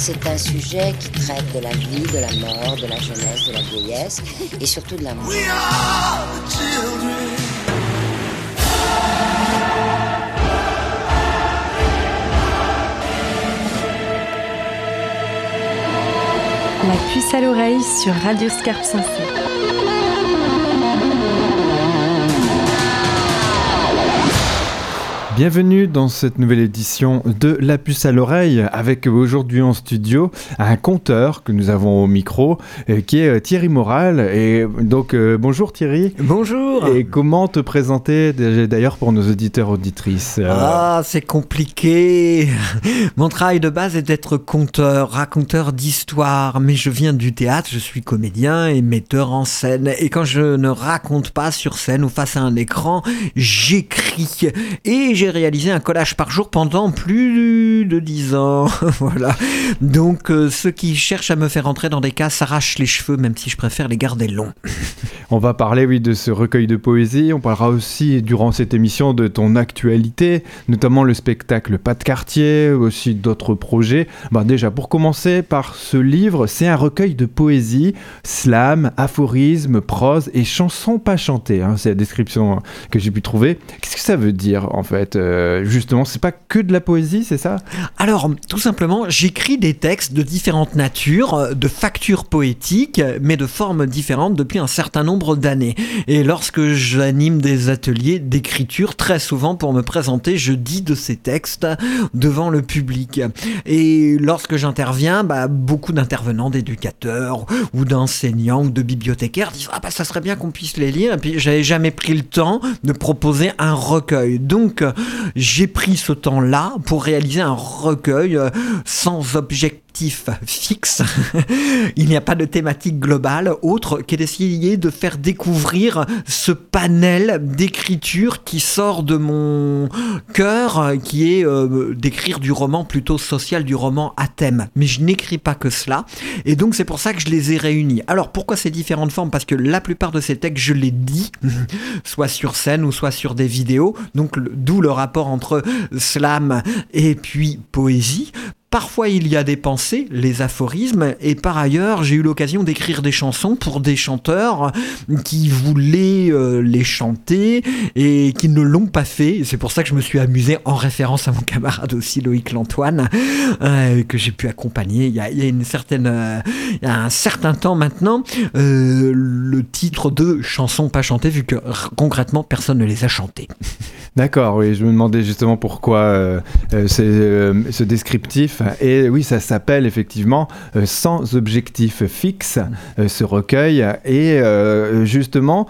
c'est un sujet qui traite de la vie, de la mort, de la jeunesse, de la vieillesse et surtout de l'amour. We are the children. La puce à l'oreille sur Radio Scarpe Sensée. Bienvenue dans cette nouvelle édition de La puce à l'oreille, avec aujourd'hui en studio un conteur que nous avons au micro, qui est Thierry Moral. Et donc bonjour Thierry. Bonjour. Et comment te présenter d'ailleurs pour nos auditeurs auditrices? C'est compliqué. Mon travail de base est d'être conteur, raconteur d'histoires, mais je viens du théâtre, je suis comédien et metteur en scène. Et quand je ne raconte pas sur scène ou face à un écran, j'écris. Et j'ai réalisé un collage par jour pendant plus de 10 ans. Voilà. Donc ceux qui cherchent à me faire entrer dans des cases s'arrachent les cheveux, même si je préfère les garder longs. On va parler de ce recueil de poésie. On parlera aussi durant cette émission de ton actualité, notamment le spectacle Pas de quartier, aussi d'autres projets. Déjà, pour commencer par ce livre, c'est un recueil de poésie, slam, aphorismes, prose et chansons pas chantées. C'est la description que j'ai pu trouver. Qu'est-ce que ça veut dire en fait? Justement, c'est pas que de la poésie, c'est ça? Alors, tout simplement, j'écris des textes de différentes natures, de factures poétiques, mais de formes différentes depuis un certain nombre d'années. Et lorsque j'anime des ateliers d'écriture, très souvent pour me présenter, je dis de ces textes devant le public. Et lorsque j'interviens, beaucoup d'intervenants, d'éducateurs ou d'enseignants ou de bibliothécaires disent « ça serait bien qu'on puisse les lire ». Et puis, j'avais jamais pris le temps de proposer un recueil. Donc, j'ai pris ce temps-là pour réaliser un recueil sans objectif fixe. Il n'y a pas de thématique globale autre que d'essayer de faire découvrir ce panel d'écriture qui sort de mon cœur, qui est d'écrire du roman plutôt social, du roman à thème. Mais je n'écris pas que cela, et donc c'est pour ça que je les ai réunis. Alors pourquoi ces différentes formes? Parce que la plupart de ces textes, je les dis, soit sur scène ou soit sur des vidéos, donc d'où le rapport entre slam et puis poésie. Parfois, il y a des pensées, les aphorismes, et par ailleurs, j'ai eu l'occasion d'écrire des chansons pour des chanteurs qui voulaient les chanter et qui ne l'ont pas fait. Et c'est pour ça que je me suis amusé en référence à mon camarade aussi, Loïc Lantoine, que j'ai pu accompagner il y a un certain temps maintenant, le titre de chansons pas chantées, vu que concrètement, personne ne les a chantées. D'accord, oui, je me demandais justement pourquoi ce descriptif. Et oui, ça s'appelle effectivement Sans objectif fixe, ce recueil. Et justement,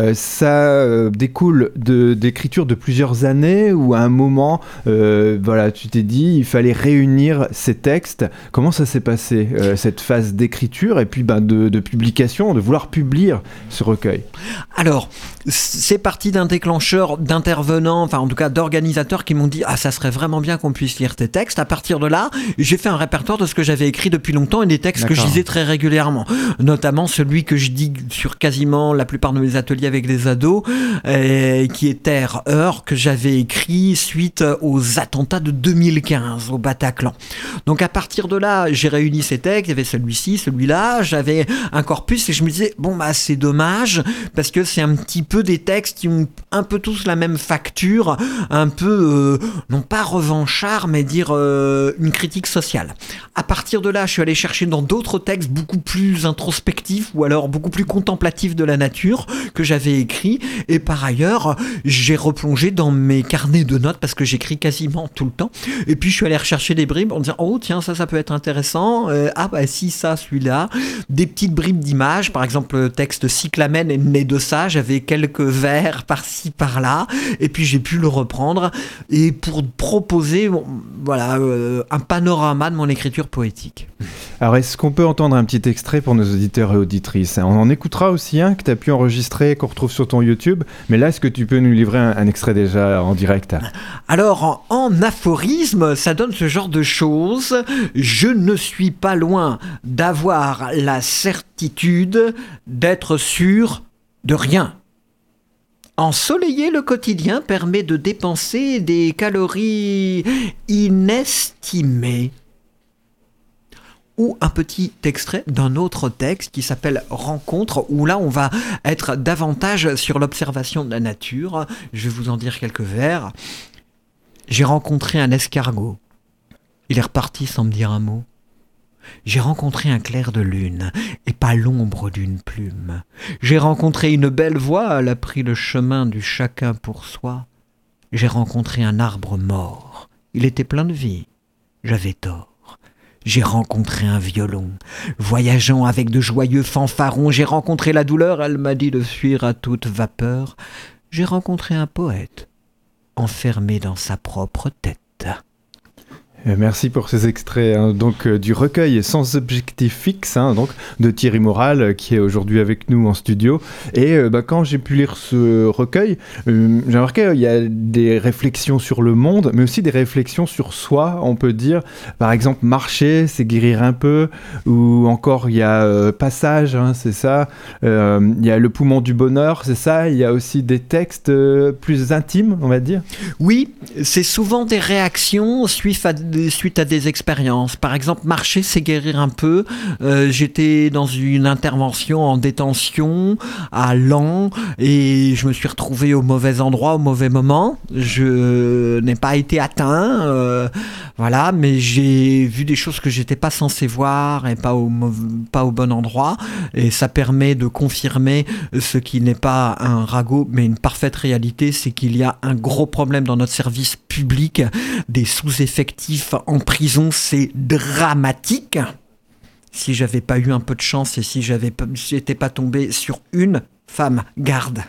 ça découle d'écriture de plusieurs années où à un moment, tu t'es dit, il fallait réunir ces textes. Comment ça s'est passé, cette phase d'écriture et puis de publication, de vouloir publier ce recueil? Alors, c'est parti d'un déclencheur d'intervenants, enfin en tout cas d'organisateurs qui m'ont dit « ça serait vraiment bien qu'on puisse lire tes textes ». À partir de là, j'ai fait un répertoire de ce que j'avais écrit depuis longtemps et des textes que je lisais très régulièrement. Notamment celui que je dis sur quasiment la plupart de mes ateliers avec des ados, qui est Terre, Heure, que j'avais écrit suite aux attentats de 2015 au Bataclan. Donc à partir de là, j'ai réuni ces textes, il y avait celui-ci, celui-là, j'avais un corpus et je me disais c'est dommage parce que c'est un petit peu des textes qui ont un peu tous la même facture, un peu, non pas revanchard, mais dire une critique sociale. À partir de là, je suis allé chercher dans d'autres textes beaucoup plus introspectifs ou alors beaucoup plus contemplatifs de la nature que j'avais écrits. Et par ailleurs, j'ai replongé dans mes carnets de notes parce que j'écris quasiment tout le temps. Et puis, je suis allé rechercher des bribes en disant « Oh, tiens, ça peut être intéressant. Si, ça, celui-là. » Des petites bribes d'images. Par exemple, le texte « Cyclamen est né de ça ». J'avais quelques vers par-ci, par-là. Et puis, j'ai pu le reprendre et pour proposer un panorama de mon écriture poétique. Alors, est-ce qu'on peut entendre un petit extrait pour nos auditeurs et auditrices? On en écoutera aussi un que tu as pu enregistrer, qu'on retrouve sur ton YouTube. Mais là, est-ce que tu peux nous livrer un extrait déjà en direct? Alors, en aphorisme, ça donne ce genre de choses. Je ne suis pas loin d'avoir la certitude d'être sûr de rien. Ensoleiller le quotidien permet de dépenser des calories inestimées. ou un petit extrait d'un autre texte qui s'appelle Rencontre, où là on va être davantage sur l'observation de la nature. Je vais vous en dire quelques vers. J'ai rencontré un escargot. Il est reparti sans me dire un mot. J'ai rencontré un clair de lune, et pas l'ombre d'une plume. J'ai rencontré une belle voix, elle a pris le chemin du chacun pour soi. J'ai rencontré un arbre mort, il était plein de vie, j'avais tort. J'ai rencontré un violon, voyageant avec de joyeux fanfarons. J'ai rencontré la douleur, elle m'a dit de fuir à toute vapeur. J'ai rencontré un poète, enfermé dans sa propre tête. Merci pour ces extraits donc du recueil Sans objectif fixe donc de Thierry Moral qui est aujourd'hui avec nous en studio. Et quand j'ai pu lire ce recueil, j'ai remarqué qu'il y a des réflexions sur le monde, mais aussi des réflexions sur soi, on peut dire. Par exemple, marcher, c'est guérir un peu, ou encore il y a passage, c'est ça. Il y a le poumon du bonheur, c'est ça. Il y a aussi des textes plus intimes, on va dire. Oui, c'est souvent des réactions suite à des expériences. Par exemple, marcher, c'est guérir un peu. J'étais dans une intervention en détention à Laon et je me suis retrouvé au mauvais endroit, au mauvais moment. Je n'ai pas été atteint, voilà, mais j'ai vu des choses que j'étais pas censé voir et pas au bon endroit. Et ça permet de confirmer ce qui n'est pas un ragot, mais une parfaite réalité, c'est qu'il y a un gros problème dans notre service public, des sous-effectifs en prison, c'est dramatique. Si j'avais pas eu un peu de chance et si j'étais pas tombé sur une femme garde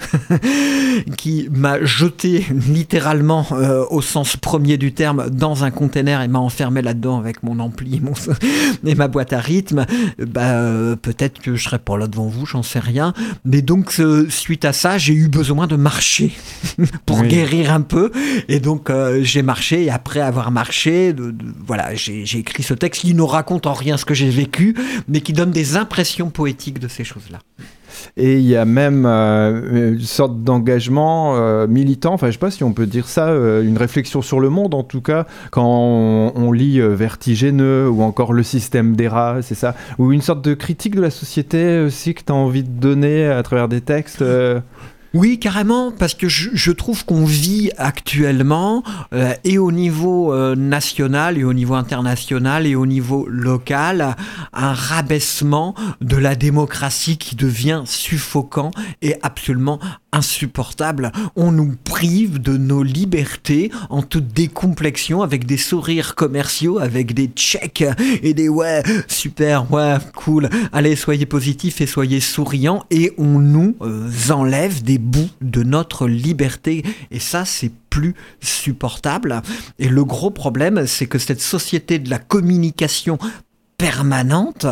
qui m'a jeté littéralement au sens premier du terme dans un container et m'a enfermé là-dedans avec mon ampli et ma boîte à rythme, peut-être que je serais pas là devant vous, j'en sais rien. Mais donc suite à ça, j'ai eu besoin de marcher pour guérir un peu, et donc j'ai marché, et après avoir marché, voilà, j'ai écrit ce texte qui ne raconte en rien ce que j'ai vécu, mais qui donne des impressions poétiques de ces choses-là. Et il y a même une sorte d'engagement militant, enfin je ne sais pas si on peut dire ça, une réflexion sur le monde en tout cas, quand on lit Vertigineux ou encore Le système des rats, c'est ça, ou une sorte de critique de la société aussi que tu as envie de donner à travers des textes Oui, carrément, parce que je trouve qu'on vit actuellement, et au niveau national, et au niveau international, et au niveau local, un rabaissement de la démocratie qui devient suffocant et absolument insupportable. On nous prive de nos libertés en toute décomplexion, avec des sourires commerciaux, avec des checks et des ouais, super, ouais, cool, allez, soyez positifs et soyez souriants, et on nous enlève des bouts de notre liberté, et ça c'est plus supportable. Et le gros problème, c'est que cette société de la communication permanente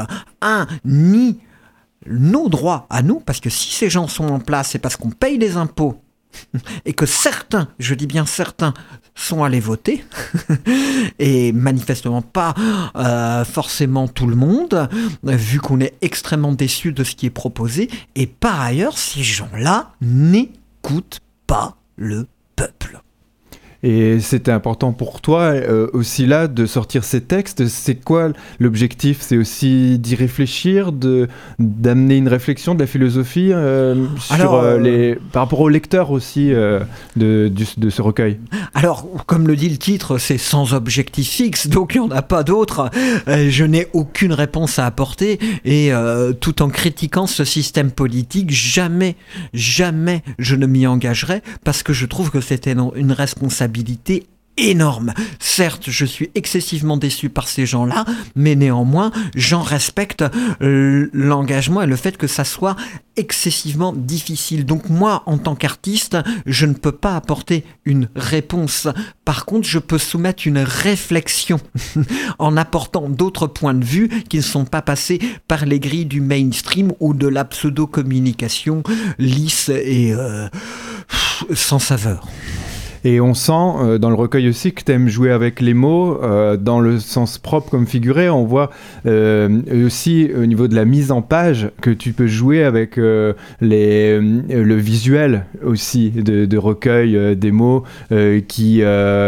nie nos droits à nous, parce que si ces gens sont en place, c'est parce qu'on paye des impôts et que certains, je dis bien certains, sont allés voter et manifestement pas forcément tout le monde, vu qu'on est extrêmement déçu de ce qui est proposé. Et par ailleurs, ces gens-là n'écoutent pas le peuple. Et c'était important pour toi aussi là de sortir ces textes. C'est quoi l'objectif? C'est aussi d'y réfléchir, d'amener une réflexion, de la philosophie par rapport aux lecteurs aussi de ce recueil. Alors, comme le dit le titre, c'est sans objectif fixe, donc il n'y en a pas d'autre. Je n'ai aucune réponse à apporter, et tout en critiquant ce système politique, jamais je ne m'y engagerai, parce que je trouve que c'était une responsabilité énorme. Certes, je suis excessivement déçu par ces gens-là, mais néanmoins, j'en respecte l'engagement et le fait que ça soit excessivement difficile. Donc moi, en tant qu'artiste, je ne peux pas apporter une réponse. Par contre, je peux soumettre une réflexion en apportant d'autres points de vue qui ne sont pas passés par les grilles du mainstream ou de la pseudo-communication lisse et sans saveur. Et on sent dans le recueil aussi que tu aimes jouer avec les mots dans le sens propre comme figuré. On voit aussi au niveau de la mise en page que tu peux jouer avec le visuel aussi de recueil des mots où il y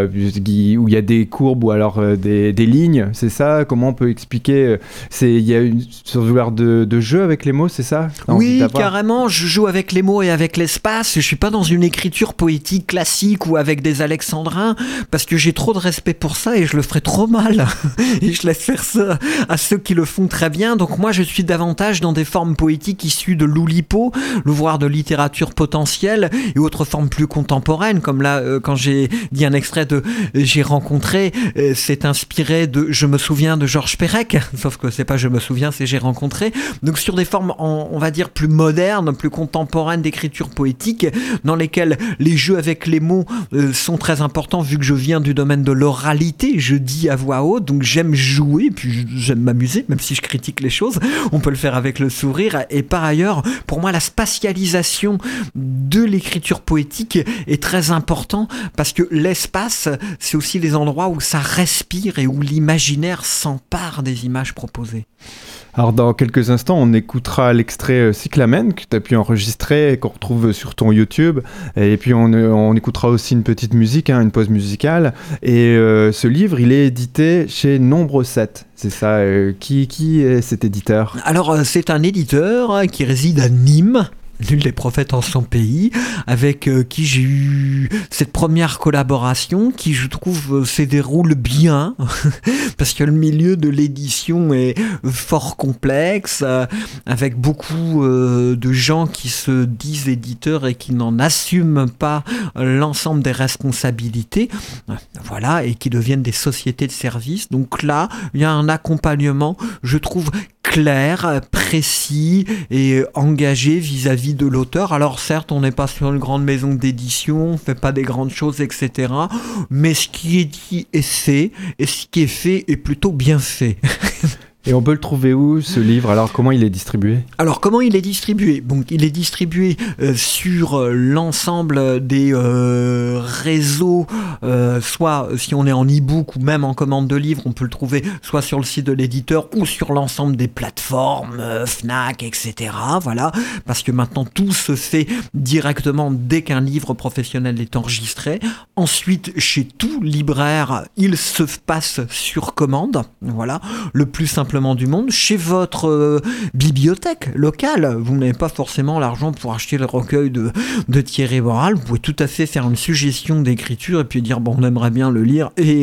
a des courbes ou alors des lignes, c'est ça? Comment on peut expliquer? Il y a une sorte de jeu avec les mots, c'est ça? Oui, carrément, je joue avec les mots et avec l'espace. Je suis pas dans une écriture poétique classique ou avec des alexandrins, parce que j'ai trop de respect pour ça et je le ferais trop mal. Et je laisse faire ça à ceux qui le font très bien. Donc moi, je suis davantage dans des formes poétiques issues de l'Oulipo, l'ouvroir de littérature potentielle, et autres formes plus contemporaines, comme là, quand j'ai dit un extrait de J'ai rencontré, c'est inspiré de Je me souviens de Georges Perec, sauf que c'est pas Je me souviens, c'est J'ai rencontré. Donc sur des formes, on va dire, plus modernes, plus contemporaines d'écriture poétique, dans lesquelles les jeux avec les mots sont très importants, vu que je viens du domaine de l'oralité, je dis à voix haute, donc j'aime jouer, puis j'aime m'amuser, même si je critique les choses, on peut le faire avec le sourire. Et par ailleurs, pour moi, la spatialisation de l'écriture poétique est très important, parce que l'espace, c'est aussi les endroits où ça respire et où l'imaginaire s'empare des images proposées. Alors dans quelques instants, on écoutera l'extrait Cyclamen que tu as pu enregistrer et qu'on retrouve sur ton YouTube. Et puis on écoutera aussi une petite musique, une pause musicale. Et ce livre, il est édité chez Nombre 7. C'est ça. Qui est cet éditeur? Alors c'est un éditeur qui réside à Nîmes. Nul des prophètes en son pays, avec qui j'ai eu cette première collaboration qui, je trouve, se déroule bien, parce que le milieu de l'édition est fort complexe, avec beaucoup de gens qui se disent éditeurs et qui n'en assument pas l'ensemble des responsabilités, voilà, et qui deviennent des sociétés de services. Donc là, il y a un accompagnement, je trouve, clair, précis et engagé vis-à-vis de l'auteur. Alors certes, on n'est pas sur une grande maison d'édition, on ne fait pas des grandes choses, etc. Mais ce qui est dit est fait, et ce qui est fait est plutôt bien fait. Et on peut le trouver où, ce livre? Alors, comment il est distribué? Alors, comment il est distribué? Donc, il est distribué sur l'ensemble des réseaux, soit si on est en e-book ou même en commande de livre, on peut le trouver soit sur le site de l'éditeur ou sur l'ensemble des plateformes, Fnac, etc. Voilà, parce que maintenant, tout se fait directement dès qu'un livre professionnel est enregistré. Ensuite, chez tout libraire, il se passe sur commande. Voilà, le plus simple du monde, chez votre bibliothèque locale. Vous n'avez pas forcément l'argent pour acheter le recueil de Thierry Boral. Vous pouvez tout à fait faire une suggestion d'écriture et puis dire on aimerait bien le lire et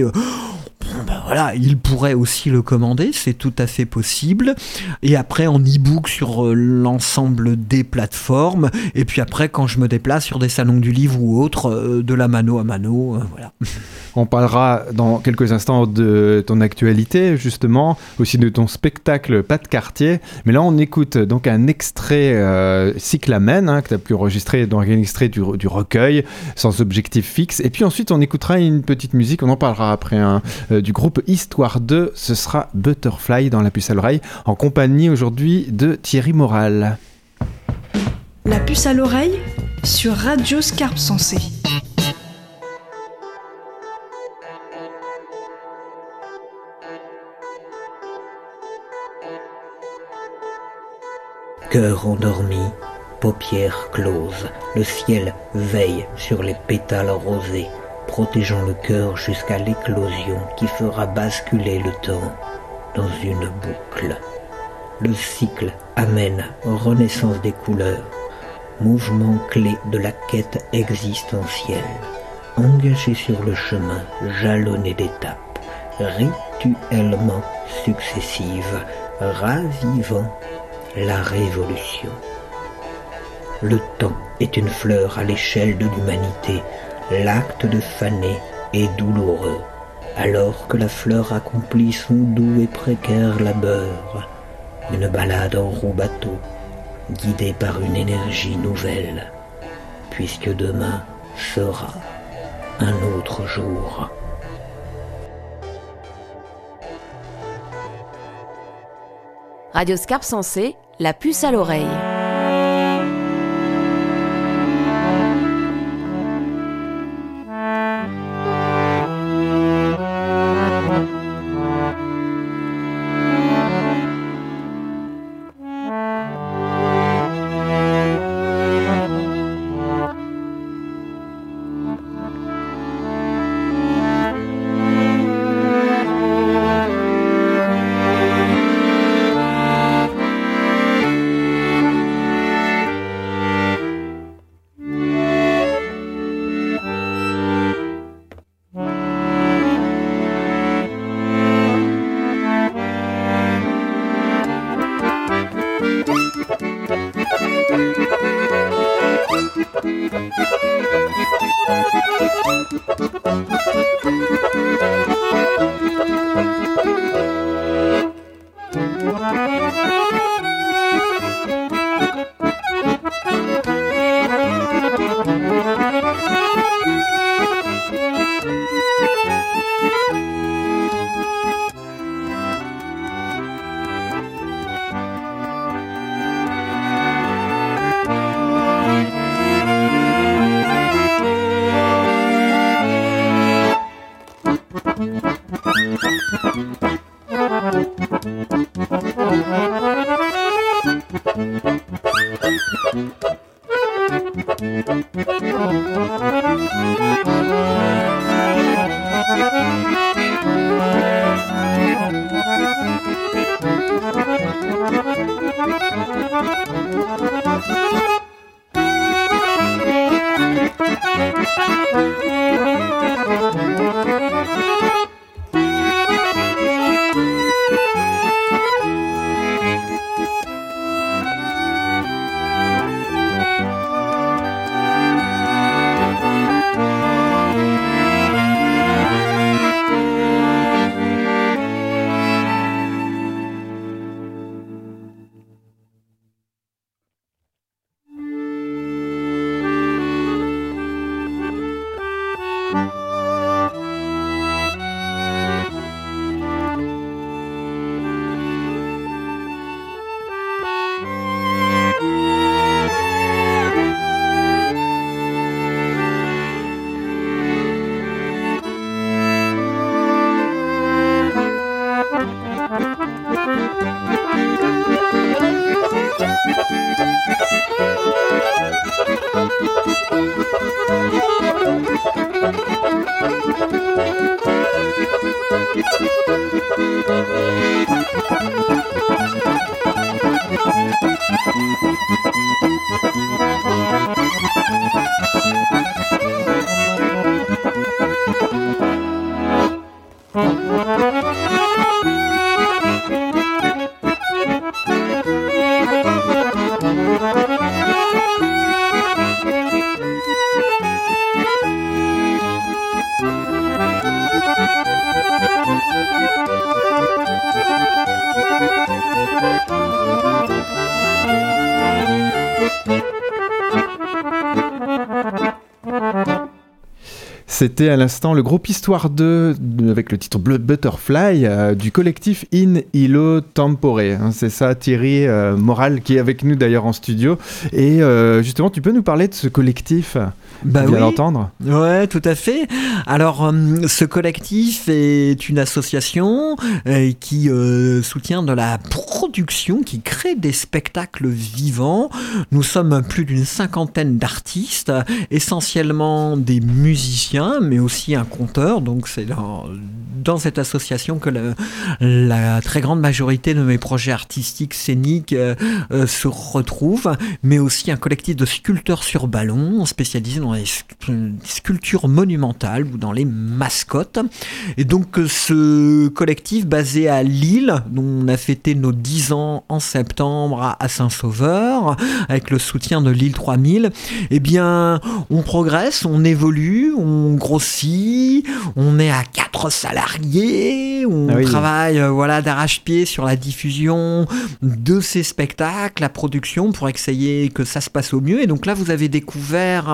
voilà, il pourrait aussi le commander, c'est tout à fait possible. Et après en e-book sur l'ensemble des plateformes. Et puis après, quand je me déplace sur des salons du livre ou autres, de la mano à mano, voilà. On parlera dans quelques instants de ton actualité, justement, aussi de ton spectacle Pas de quartier. Mais là, on écoute donc un extrait Cyclamen, que tu as pu enregistrer, donc un extrait du recueil, Sans objectif fixe. Et puis ensuite, on écoutera une petite musique, on en parlera après, du groupe Histoire 2. Ce sera Butterfly dans La Puce à l'oreille, en compagnie aujourd'hui de Thierry Moral. La Puce à l'oreille sur Radio Scarpe Sensée. Cœur endormi, paupières closes, le ciel veille sur les pétales rosés, protégeant le cœur jusqu'à l'éclosion qui fera basculer le temps dans une boucle. Le cycle amène renaissance des couleurs, mouvement clé de la quête existentielle, engagé sur le chemin jalonné d'étapes, rituellement successives, ravivant la révolution. Le temps est une fleur à l'échelle de l'humanité. L'acte de faner est douloureux, alors que la fleur accomplit son doux et précaire labeur. Une balade en roue-bateau, guidée par une énergie nouvelle, puisque demain sera un autre jour. Radio Scarpe Sensée, La Puce à l'oreille. C'était à l'instant le groupe Histoire 2 avec le titre Bleu Butterfly du collectif In Illo Tempore. C'est ça, Thierry Moral qui est avec nous d'ailleurs en studio. Et justement, tu peux nous parler de ce collectif? Bah bien oui. l'entendre. Ouais, tout à fait. Alors, ce collectif est une association qui soutient de la production, qui crée des spectacles vivants. Nous sommes plus d'une 50aine d'artistes, essentiellement des musiciens, mais aussi un conteur. Donc, c'est dans cette association que la très grande majorité de mes projets artistiques, scéniques se retrouvent, mais aussi un collectif de sculpteurs sur ballon, spécialisés dans les sculptures monumentales ou dans les mascottes. Et donc ce collectif basé à Lille, dont on a fêté nos 10 ans en septembre à Saint-Sauveur, avec le soutien de Lille 3000, eh bien on progresse, on évolue, on grossit, on est à 4 salariés, on travaille d'arrache-pied sur la diffusion de ces spectacles, la production pour essayer que ça se passe au mieux. Et donc là vous avez découvert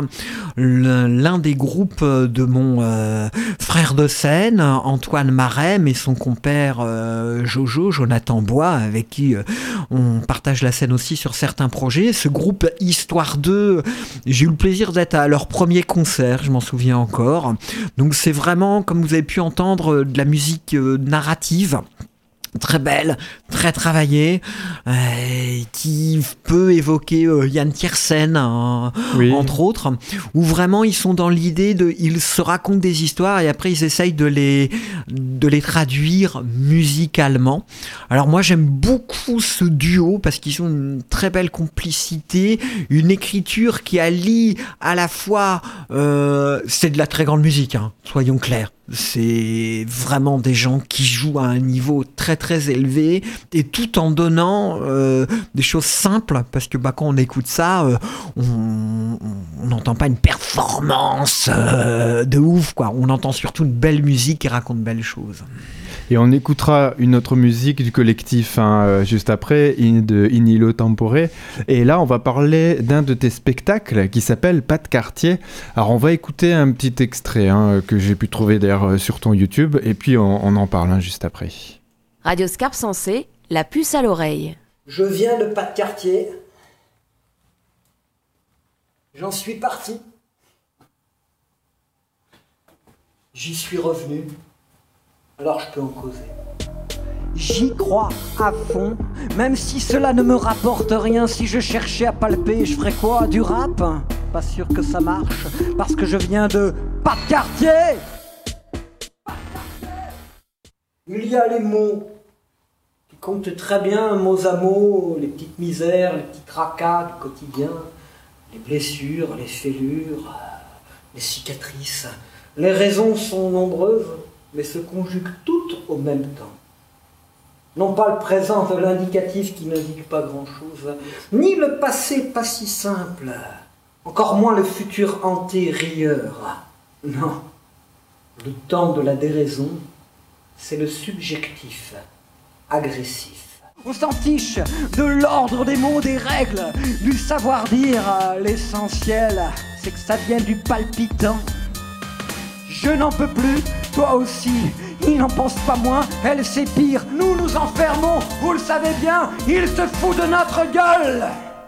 l'un des groupes de mon frère de scène, Antoine Marais, et son compère Jonathan Bois, avec qui on partage la scène aussi sur certains projets. Ce groupe Histoire 2, j'ai eu le plaisir d'être à leur premier concert, je m'en souviens encore. Donc c'est vraiment, comme vous avez pu entendre, de la musique narrative, très belle, très travaillée, qui peut évoquer Yann Tiersen, entre autres, où vraiment ils sont dans l'idée ils se racontent des histoires et après ils essayent de les traduire musicalement. Alors moi j'aime beaucoup ce duo parce qu'ils ont une très belle complicité, une écriture qui allie à la fois, c'est de la très grande musique, soyons clairs. C'est vraiment des gens qui jouent à un niveau très très élevé et tout en donnant des choses simples, parce que quand on écoute ça, on n'entend pas une performance de ouf, quoi. On entend surtout une belle musique qui raconte de belles choses. Et on écoutera une autre musique du collectif juste après, de In Illo Tempore. Et là, on va parler d'un de tes spectacles qui s'appelle Pas de quartier. Alors, on va écouter un petit extrait que j'ai pu trouver d'ailleurs sur ton YouTube. Et puis, on en parle juste après. Radio Scarpe Sensée, la puce à l'oreille. Je viens de Pas de quartier. J'en suis parti. J'y suis revenu. Alors je peux en causer. J'y crois à fond, même si cela ne me rapporte rien. Si je cherchais à palper, je ferais quoi? Du rap? Pas sûr que ça marche, parce que je viens de pas de quartier. Il y a les mots qui comptent très bien, mot à mot, les petites misères, les petits tracas du quotidien, les blessures, les fêlures, les cicatrices. Les raisons sont nombreuses, mais se conjuguent toutes au même temps. Non pas le présent de l'indicatif qui n'indique pas grand-chose, ni le passé pas si simple, encore moins le futur antérieur. Non, le temps de la déraison, c'est le subjectif, agressif. On s'en fiche de l'ordre des mots, des règles, du savoir-dire. L'essentiel, c'est que ça vient du palpitant. Je n'en peux plus, toi aussi. Il n'en pense pas moins, elle c'est pire. Nous nous enfermons, vous le savez bien, il se fout de notre gueule.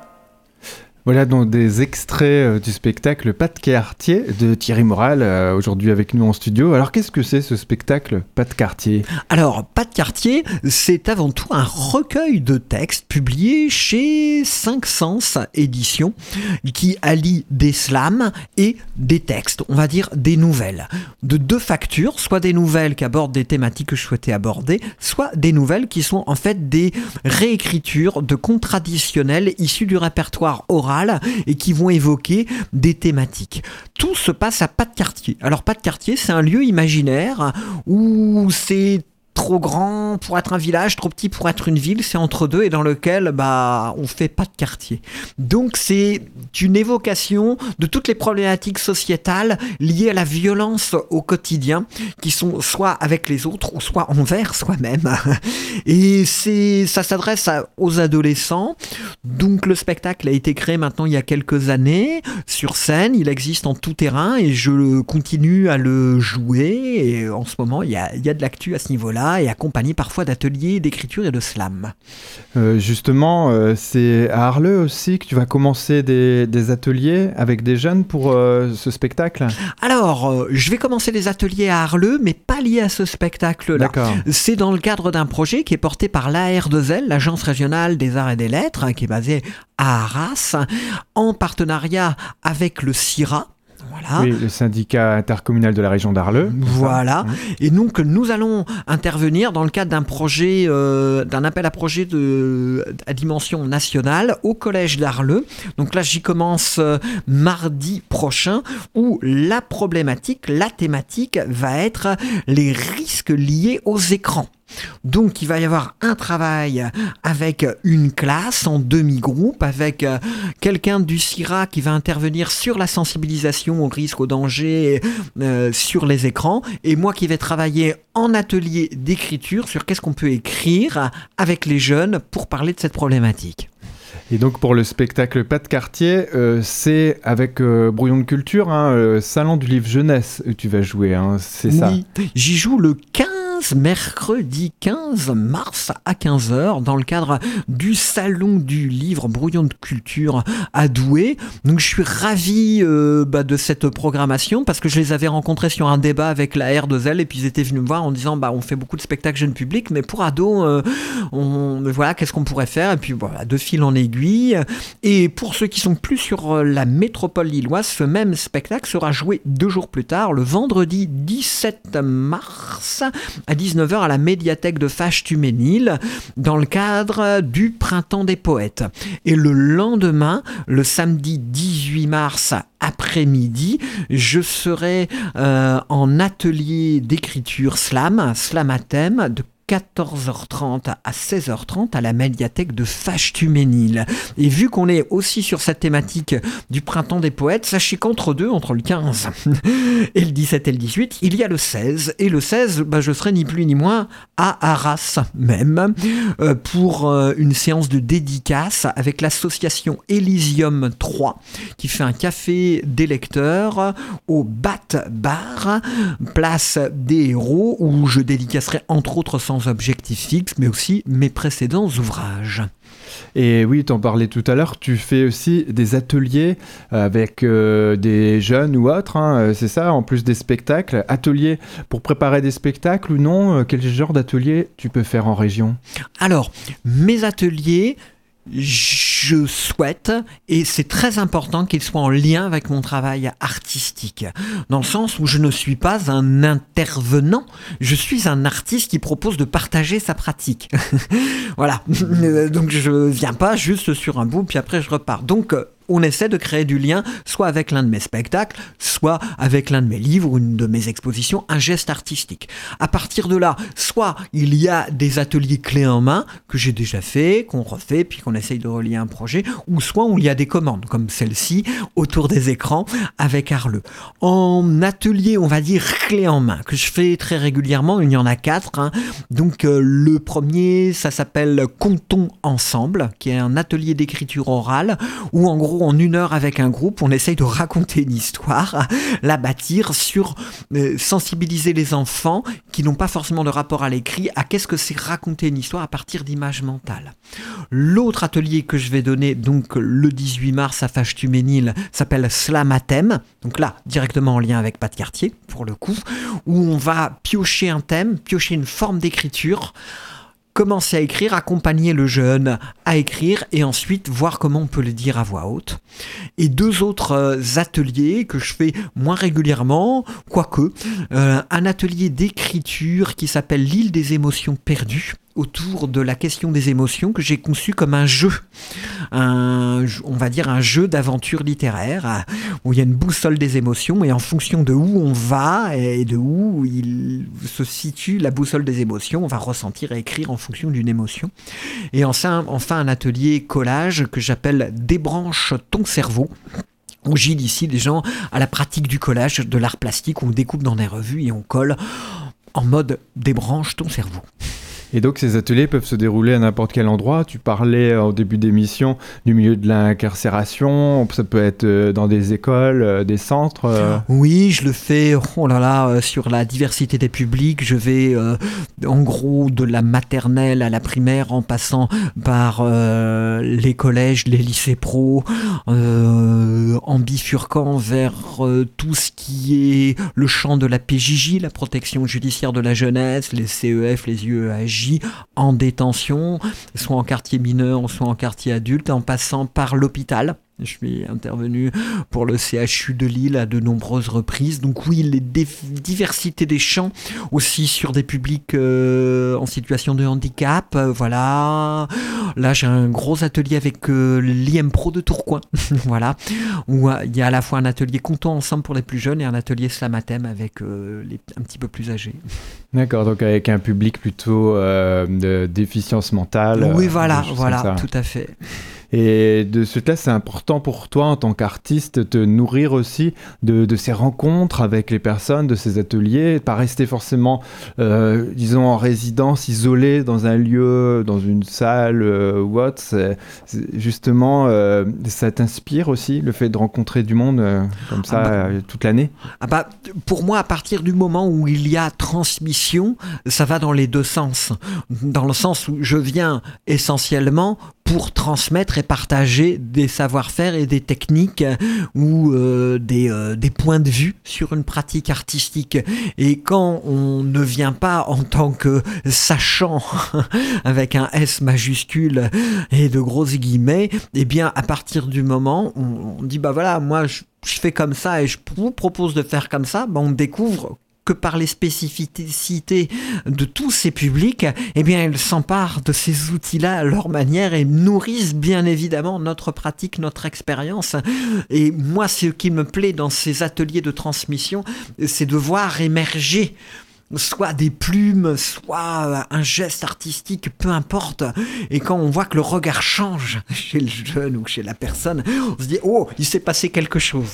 Voilà donc des extraits du spectacle Pas de quartier de Thierry Moral, aujourd'hui avec nous en studio. Alors qu'est-ce que c'est ce spectacle Pas de quartier? Alors, Pas de quartier, c'est avant tout un recueil de textes publiés chez 5 Sens Éditions qui allie des slams et des textes, on va dire des nouvelles, de 2 factures, soit des nouvelles qui abordent des thématiques que je souhaitais aborder, soit des nouvelles qui sont en fait des réécritures de contes traditionnels issus du répertoire oral et qui vont évoquer des thématiques. Tout se passe à Pas de quartier. Alors Pas de quartier, c'est un lieu imaginaire où c'est trop grand pour être un village, trop petit pour être une ville, c'est entre deux et dans lequel on fait pas de quartier. Donc c'est une évocation de toutes les problématiques sociétales liées à la violence au quotidien, qui sont soit avec les autres ou soit envers soi-même. Et ça s'adresse aux adolescents. Donc le spectacle a été créé maintenant il y a quelques années sur scène, il existe en tout terrain et je continue à le jouer et en ce moment il y a de l'actu à ce niveau-là et accompagné parfois d'ateliers d'écriture et de slam. Justement, c'est à Arleux aussi que tu vas commencer des ateliers avec des jeunes pour ce spectacle? Alors, je vais commencer des ateliers à Arleux, mais pas liés à ce spectacle-là. D'accord. C'est dans le cadre d'un projet qui est porté par l'AR2L, l'Agence régionale des arts et des lettres, qui est basée à Arras, en partenariat avec le CIRA. Voilà. Oui, le syndicat intercommunal de la région d'Arleux. Voilà. Et donc, nous allons intervenir dans le cadre d'un projet, d'un appel à projet à dimension nationale au collège d'Arleux. Donc là, j'y commence mardi prochain où la thématique va être les risques liés aux écrans. Donc il va y avoir un travail avec une classe en demi-groupe, avec quelqu'un du CIRA qui va intervenir sur la sensibilisation aux risques, aux dangers sur les écrans, et moi qui vais travailler en atelier d'écriture sur qu'est-ce qu'on peut écrire avec les jeunes pour parler de cette problématique. Et donc pour le spectacle Pas de quartier, c'est avec Brouillon de Culture, salon du livre jeunesse où tu vas jouer, c'est ça? Oui, j'y joue le mercredi 15 mars à 15h dans le cadre du salon du livre Brouillon de Culture à Douai. Donc je suis ravi de cette programmation parce que je les avais rencontrés sur un débat avec la R2L et puis ils étaient venus me voir en disant on fait beaucoup de spectacles jeunes publics mais pour ados voilà qu'est-ce qu'on pourrait faire, et puis voilà, de fil en aiguille. Et pour ceux qui sont plus sur la métropole lilloise, ce même spectacle sera joué 2 jours plus tard, le vendredi 17 mars à 19h à la médiathèque de Fâche-Tuménil dans le cadre du Printemps des Poètes. Et le lendemain, le samedi 18 mars après-midi, je serai en atelier d'écriture slam à thème de 14h30 à 16h30 à la médiathèque de Fâche-Tuménil. Et vu qu'on est aussi sur cette thématique du Printemps des Poètes, sachez qu'entre deux, entre le 15 et le 17 et le 18, il y a le 16. Et le 16, je serai ni plus ni moins à Arras même pour une séance de dédicace avec l'association Elysium 3 qui fait un café des lecteurs au Bat Bar, place des Héros, où je dédicacerai entre autres sans sans objectif fixe, mais aussi mes précédents ouvrages. Et oui, tu en parlais tout à l'heure, tu fais aussi des ateliers avec des jeunes ou autres, hein, c'est ça, en plus des spectacles. Ateliers pour préparer des spectacles ou non, quel genre d'atelier tu peux faire en région ? Alors, mes ateliers, je souhaite, et c'est très important qu'ils soient en lien avec mon travail artistique, dans le sens où je ne suis pas un intervenant, je suis un artiste qui propose de partager sa pratique. Voilà, donc je viens pas juste sur un bout, puis après je repars. Donc, on essaie de créer du lien, soit avec l'un de mes spectacles, soit avec l'un de mes livres ou une de mes expositions, un geste artistique. À partir de là, soit il y a des ateliers clés en main que j'ai déjà fait, qu'on refait, puis qu'on essaye de relier un projet, ou soit où il y a des commandes, comme celle-ci, autour des écrans, avec Arleux. En atelier, on va dire, clé en main, que je fais très régulièrement, il y en a 4. Hein. Donc, le premier, ça s'appelle Contons ensemble, qui est un atelier d'écriture orale, où en gros, en 1 heure avec un groupe, on essaye de raconter une histoire, la bâtir sur sensibiliser les enfants qui n'ont pas forcément de rapport à l'écrit, à qu'est-ce que c'est raconter une histoire à partir d'images mentales. L'autre atelier que je vais donner, donc le 18 mars à Fâche-Tuménil, s'appelle Slam à thème, donc là, directement en lien avec Pat Cartier, pour le coup, où on va piocher un thème, piocher une forme d'écriture, commencer à écrire, accompagner le jeune à écrire et ensuite voir comment on peut le dire à voix haute. Et 2 autres ateliers que je fais moins régulièrement, quoique, un atelier d'écriture qui s'appelle l'île des émotions perdues, autour de la question des émotions que j'ai conçu comme un jeu, on va dire un jeu d'aventure littéraire où il y a une boussole des émotions et en fonction de où on va et de où il se situe la boussole des émotions, on va ressentir et écrire en fonction d'une émotion. Et enfin un atelier collage que j'appelle Débranche ton cerveau, où j'initie les gens à la pratique du collage, de l'art plastique, où on découpe dans des revues et on colle en mode débranche ton cerveau. Et donc ces ateliers peuvent se dérouler à n'importe quel endroit. Tu parlais au début d'émission du milieu de l'incarcération, ça peut être dans des écoles, des centres. Oui, je le fais sur la diversité des publics. Je vais en gros de la maternelle à la primaire en passant par les collèges, les lycées pro, en bifurquant vers tout ce qui est le champ de la PJJ, la protection judiciaire de la jeunesse, les CEF, les UEAJ, en détention, soit en quartier mineur, soit en quartier adulte, en passant par l'hôpital. Je suis intervenu pour le CHU de Lille à de nombreuses reprises. Donc oui, les diversités des champs, aussi sur des publics en situation de handicap. Voilà. Là, j'ai un gros atelier avec l'IMPRO de Tourcoing. Voilà. Où il y a à la fois un atelier Contons ensemble pour les plus jeunes et un atelier Slam à thème avec les un petit peu plus âgés. D'accord, donc avec un public plutôt de déficience mentale. Oui, voilà, tout à fait. Et de ce fait-là, c'est important pour toi en tant qu'artiste de te nourrir aussi de ces rencontres avec les personnes, de ces ateliers, pas rester forcément, disons, en résidence, isolé dans un lieu, dans une salle ou autre. Justement, ça t'inspire aussi, le fait de rencontrer du monde comme ça toute l'année ? Pour moi, à partir du moment où il y a transmission, ça va dans les 2 sens. Dans le sens où je viens essentiellement pour transmettre et partager des savoir-faire et des techniques ou des points de vue sur une pratique artistique. Et quand on ne vient pas en tant que sachant avec un S majuscule et de grosses guillemets, eh bien à partir du moment où on dit moi je fais comme ça et je vous propose de faire comme ça, on découvre que par les spécificités de tous ces publics, eh bien, ils s'emparent de ces outils-là à leur manière et nourrissent bien évidemment notre pratique, notre expérience. Et moi, ce qui me plaît dans ces ateliers de transmission, c'est de voir émerger soit des plumes, soit un geste artistique, peu importe. Et quand on voit que le regard change chez le jeune ou chez la personne, on se dit « Oh, il s'est passé quelque chose !»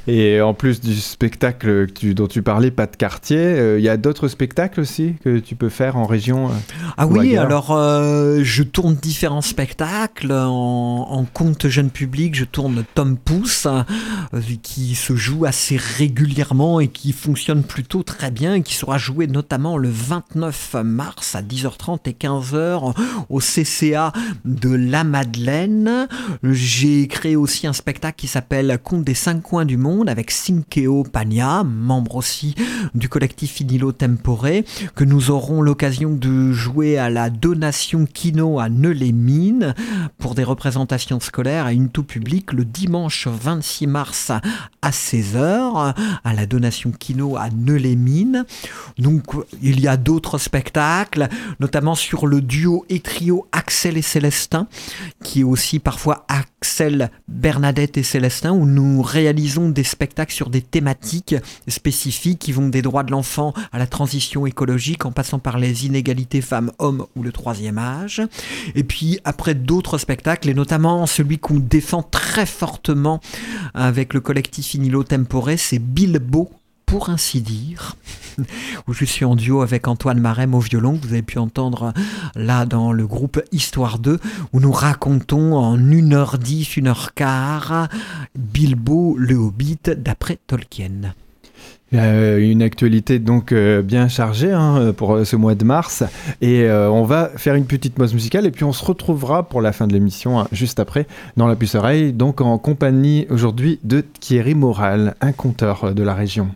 Et en plus du spectacle dont tu parlais, Pas de quartier, il y a d'autres spectacles aussi que tu peux faire en région Ah ou oui, ailleurs. alors je tourne différents spectacles en conte jeune public. Je tourne Tom Pouce qui se joue assez régulièrement et qui fonctionne plutôt très bien et qui sera joué notamment le 29 mars à 10h30 et 15h au CCA de la Madeleine. J'ai créé aussi un spectacle qui s'appelle Conte des 5 coins du monde avec Sinkeo Pagna, membre aussi du collectif Inilo Tempore, que nous aurons l'occasion de jouer à la Donation Kino à Neu-les-Mines pour des représentations scolaires et une tout public le dimanche 26 mars à 16h à la Donation Kino à Neu-les-Mines. Donc il y a d'autres spectacles, notamment sur le duo et trio Axel et Célestin, qui est aussi parfois Axel, Bernadette et Célestin, où nous réalisons des spectacles sur des thématiques spécifiques qui vont des droits de l'enfant à la transition écologique en passant par les inégalités femmes-hommes ou le troisième âge. Et puis après d'autres spectacles, et notamment celui qu'on défend très fortement avec le collectif Inilo Tempore, c'est Bilbo, pour ainsi dire, où je suis en duo avec Antoine Marem au violon, que vous avez pu entendre là dans le groupe Histoire 2, où nous racontons en 1h10, 1h15 Bilbo le Hobbit d'après Tolkien. Une actualité donc bien chargée pour ce mois de mars, et on va faire une petite pause musicale et puis on se retrouvera pour la fin de l'émission juste après dans la puce oreille, donc en compagnie aujourd'hui de Thierry Moral, un conteur de la région.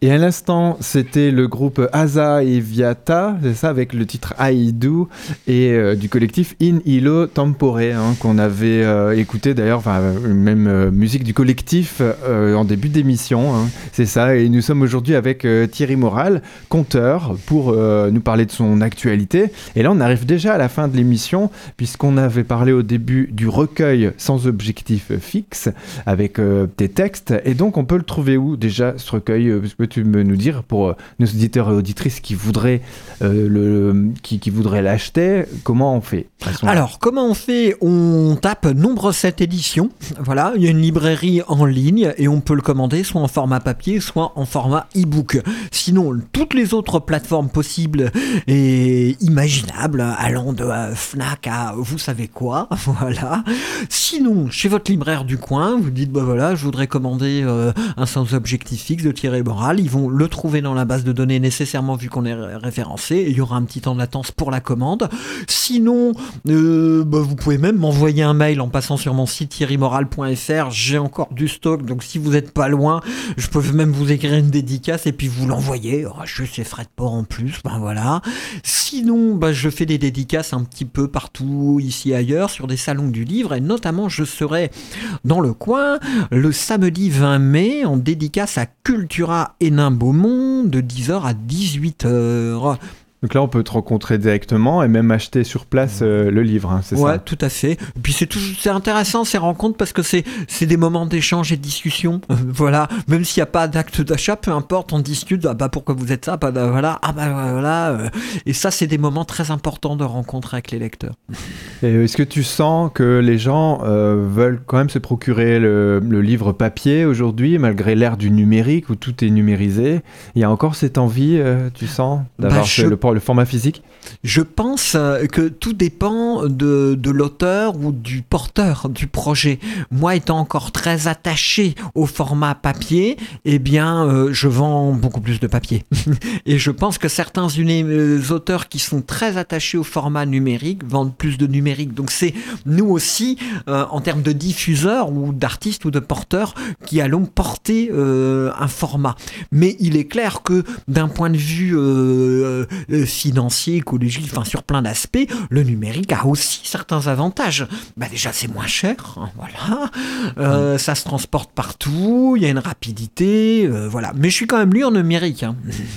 Et à l'instant, c'était le groupe Asa et Viata, c'est ça, avec le titre Aidu, et du collectif In Illo Tempore, qu'on avait écouté d'ailleurs, même musique du collectif en début d'émission, c'est ça. Et nous sommes aujourd'hui avec Thierry Moral, conteur, pour nous parler de son actualité. Et là, on arrive déjà à la fin de l'émission, puisqu'on avait parlé au début du recueil sans objectif fixe, avec tes textes. Et donc, on peut le trouver où déjà, ce recueil? Peux-tu nous dire, pour nos auditeurs et auditrices qui voudraient l'acheter, comment on fait? Alors, comment on fait? On tape Nombre 7 éditions. Voilà, il y a une librairie en ligne et on peut le commander soit en format papier, soit en format e-book. Sinon, toutes les autres plateformes possibles et imaginables, allant de Fnac à vous savez quoi, voilà. Sinon, chez votre libraire du coin, vous dites, je voudrais commander un sans objectif fixe de Thierry Moral. Ils vont le trouver dans la base de données nécessairement vu qu'on est référencé et il y aura un petit temps de latence pour la commande. Sinon, vous pouvez même m'envoyer un mail en passant sur mon site thierrymoral.fr. J'ai encore du stock, donc si vous n'êtes pas loin, je peux même vous écrire une dédicace et puis vous l'envoyer. Juste les frais de port en plus, voilà. Sinon, je fais des dédicaces un petit peu partout, ici et ailleurs, sur des salons du livre et notamment je serai dans le coin le samedi 20 mai en dédicace à Cultura Hénin-Beaumont de 10h à 18h. Donc là, on peut te rencontrer directement et même acheter sur place le livre, c'est ça? Ouais, tout à fait. Et puis c'est intéressant ces rencontres parce que c'est des moments d'échange et de discussion. Voilà, même s'il n'y a pas d'acte d'achat, peu importe, on discute. Pourquoi vous êtes ça? Voilà. Et ça, c'est des moments très importants de rencontre avec les lecteurs. Et est-ce que tu sens que les gens veulent quand même se procurer le livre papier aujourd'hui, malgré l'ère du numérique où tout est numérisé? Il y a encore cette envie, tu sens, d'avoir le format physique? Je pense que tout dépend de l'auteur ou du porteur du projet. Moi, étant encore très attaché au format papier, je vends beaucoup plus de papier. Et je pense que certains auteurs qui sont très attachés au format numérique vendent plus de numérique. Donc c'est nous aussi, en termes de diffuseurs ou d'artistes ou de porteurs, qui allons porter un format. Mais il est clair que d'un point de vue financier, écologique, sur plein d'aspects, le numérique a aussi certains avantages. Déjà, c'est moins cher, voilà. Ça se transporte partout, il y a une rapidité, voilà. Mais je suis quand même lu en numérique.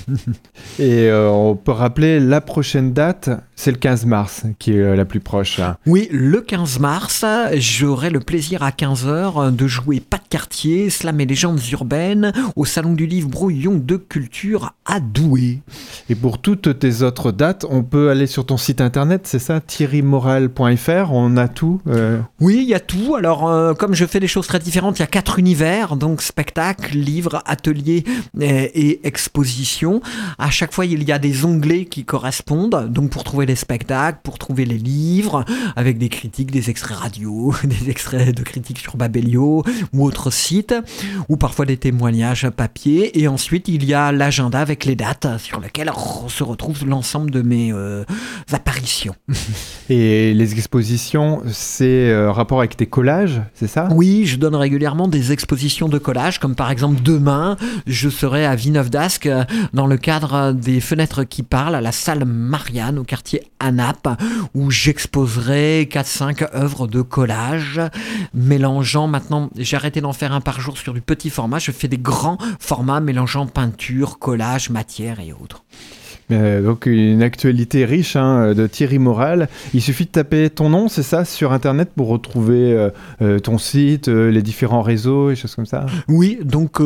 Et on peut rappeler la prochaine date, c'est le 15 mars qui est la plus proche. Oui, le 15 mars, j'aurai le plaisir à 15h de jouer Pas de quartier, slam et légendes urbaines au Salon du Livre Brouillon de Culture à Douai. Et pour toutes tes autres dates, on peut aller sur ton site internet, c'est ça, thierrymoral.fr, on a tout Oui, il y a tout. Alors, comme je fais des choses très différentes, il y a 4 univers, donc spectacle, livre, atelier et exposition. À chaque fois, il y a des onglets qui correspondent, donc pour trouver les spectacles, pour trouver les livres, avec des critiques, des extraits radio, des extraits de critiques sur Babelio ou autres sites, ou parfois des témoignages papier. Et ensuite, il y a l'agenda avec les dates sur lesquelles se retrouve l'ensemble de mes apparitions. Et les expositions, c'est rapport avec tes collages, c'est ça? Oui, je donne régulièrement des expositions de collages, comme par exemple demain, je serai à Villeneuve-d'Ascq dans le cadre des Fenêtres qui parlent à la salle Marianne au quartier Anap, où j'exposerai 4-5 œuvres de collage, mélangeant maintenant, j'ai arrêté d'en faire un par jour sur du petit format, je fais des grands formats mélangeant peinture, collage, matière et autres. Donc une actualité riche de Thierry Moral. Il suffit de taper ton nom, c'est ça, sur internet pour retrouver ton site, les différents réseaux et choses comme ça? Oui, donc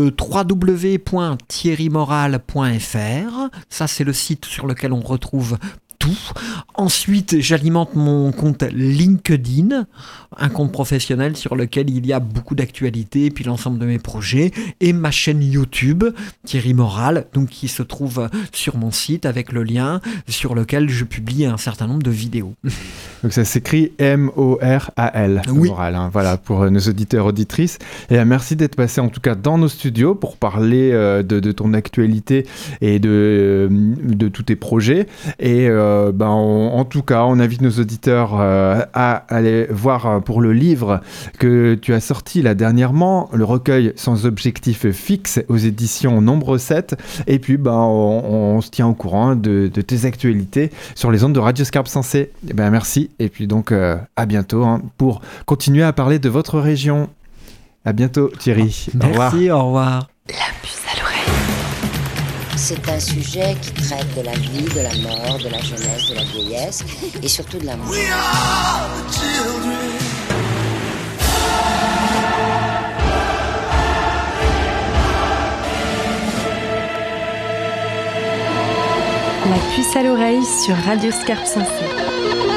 www.thierrymoral.fr, ça c'est le site sur lequel on retrouve tout. Ensuite, j'alimente mon compte LinkedIn, un compte professionnel sur lequel il y a beaucoup d'actualités, puis l'ensemble de mes projets, et ma chaîne YouTube, Thierry Moral, donc qui se trouve sur mon site avec le lien sur lequel je publie un certain nombre de vidéos. Donc ça s'écrit M-O-R-A-L, oui. Moral, voilà, pour nos auditeurs auditrices. Et merci d'être passé en tout cas dans nos studios pour parler de ton actualité et de tous tes projets. Et en tout cas, on invite nos auditeurs à aller voir pour le livre que tu as sorti là dernièrement, le recueil Sans objectif fixe aux éditions Nombre 7. Et puis, on se tient au courant de tes actualités sur les ondes de Radio Scarpe Sensée. Merci. Et puis donc, à bientôt pour continuer à parler de votre région. À bientôt, Thierry. Merci, au revoir. La puce à l'oreille. C'est un sujet qui traite de la vie, de la mort, de la jeunesse, de la vieillesse et surtout de l'amour. La puce à l'oreille sur Radio Scarpe Sensée.